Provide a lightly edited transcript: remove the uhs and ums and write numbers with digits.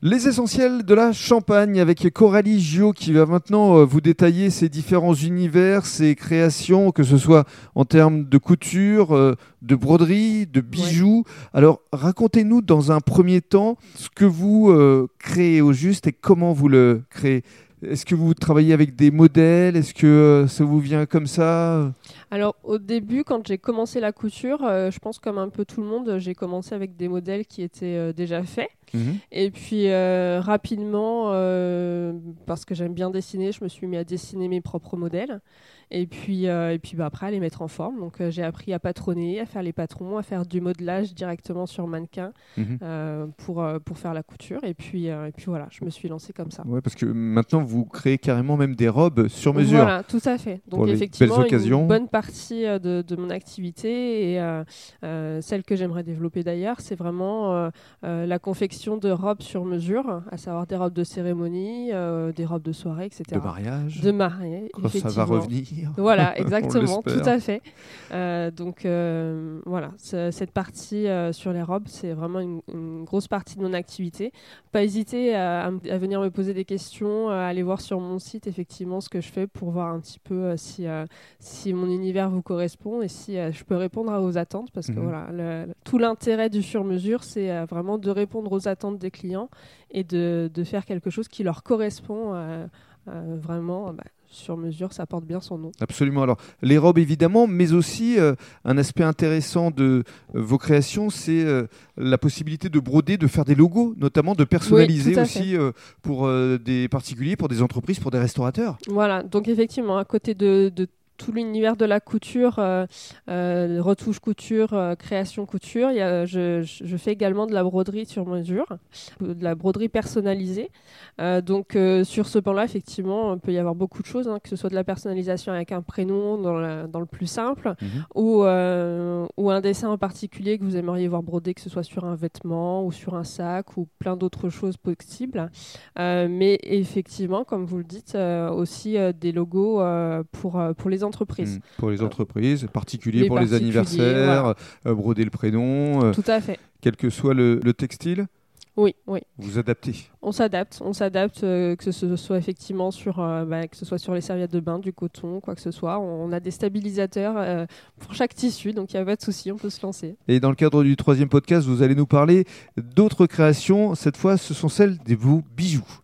Les essentiels de la Champagne avec Coralie Giot qui va maintenant vous détailler ses différents univers, ses créations, que ce soit en termes de couture, de broderie, de bijoux. Ouais. Alors racontez-nous dans un premier temps ce que vous créez au juste et comment vous le créez. Est-ce que vous travaillez avec des modèles ? Est-ce que ça vous vient comme ça ? Alors au début, quand j'ai commencé la couture, je pense comme un peu tout le monde, j'ai commencé avec des modèles qui étaient déjà faits. Et puis rapidement, parce que j'aime bien dessiner, je me suis mis à dessiner mes propres modèles. Et puis après, à les mettre en forme. Donc j'ai appris à patronner, à faire les patrons, à faire du modelage directement sur mannequin pour faire la couture. Et puis voilà, je me suis lancée comme ça. Ouais, parce que maintenant, vous créez carrément même des robes sur mesure. Voilà, tout à fait. Donc effectivement, une bonne partie de mon activité et celle que j'aimerais développer d'ailleurs, c'est vraiment la confection de robes sur mesure, à savoir des robes de cérémonie, des robes de soirée, etc. De mariage. De mariage, effectivement. Ça va revenir. Voilà, exactement, tout à fait. Donc voilà, cette partie sur les robes, c'est vraiment une grosse partie de mon activité. Pas hésiter à venir me poser des questions, à aller voir sur mon site effectivement ce que je fais pour voir un petit peu si mon univers vous correspond et si je peux répondre à vos attentes, parce que voilà, tout l'intérêt du sur-mesure, c'est vraiment de répondre aux attentes des clients et de faire quelque chose qui leur correspond vraiment. Sur mesure, ça porte bien son nom. Absolument. Alors, les robes, évidemment, mais aussi un aspect intéressant de vos créations, c'est la possibilité de broder, de faire des logos, notamment de personnaliser aussi pour des particuliers, pour des entreprises, pour des restaurateurs. Voilà. Donc, effectivement, à côté de tout l'univers de la couture, retouche couture, création couture. Je fais également de la broderie sur mesure, de la broderie personnalisée. Donc sur ce plan-là, effectivement, il peut y avoir beaucoup de choses, que ce soit de la personnalisation avec un prénom dans le plus simple, ou un dessin en particulier que vous aimeriez voir brodé, que ce soit sur un vêtement ou sur un sac ou plein d'autres choses possibles. Mais effectivement, comme vous le dites, aussi des logos pour les entreprises. Pour les entreprises, particuliers pour les anniversaires, voilà. Broder le prénom. Tout à fait. Quel que soit le textile. Oui. Vous adaptez. On s'adapte, que ce soit effectivement que ce soit sur les serviettes de bain, du coton, quoi que ce soit. On a des stabilisateurs pour chaque tissu, donc il n'y a pas de souci, on peut se lancer. Et dans le cadre du 3e podcast, vous allez nous parler d'autres créations. Cette fois, ce sont celles de vos bijoux.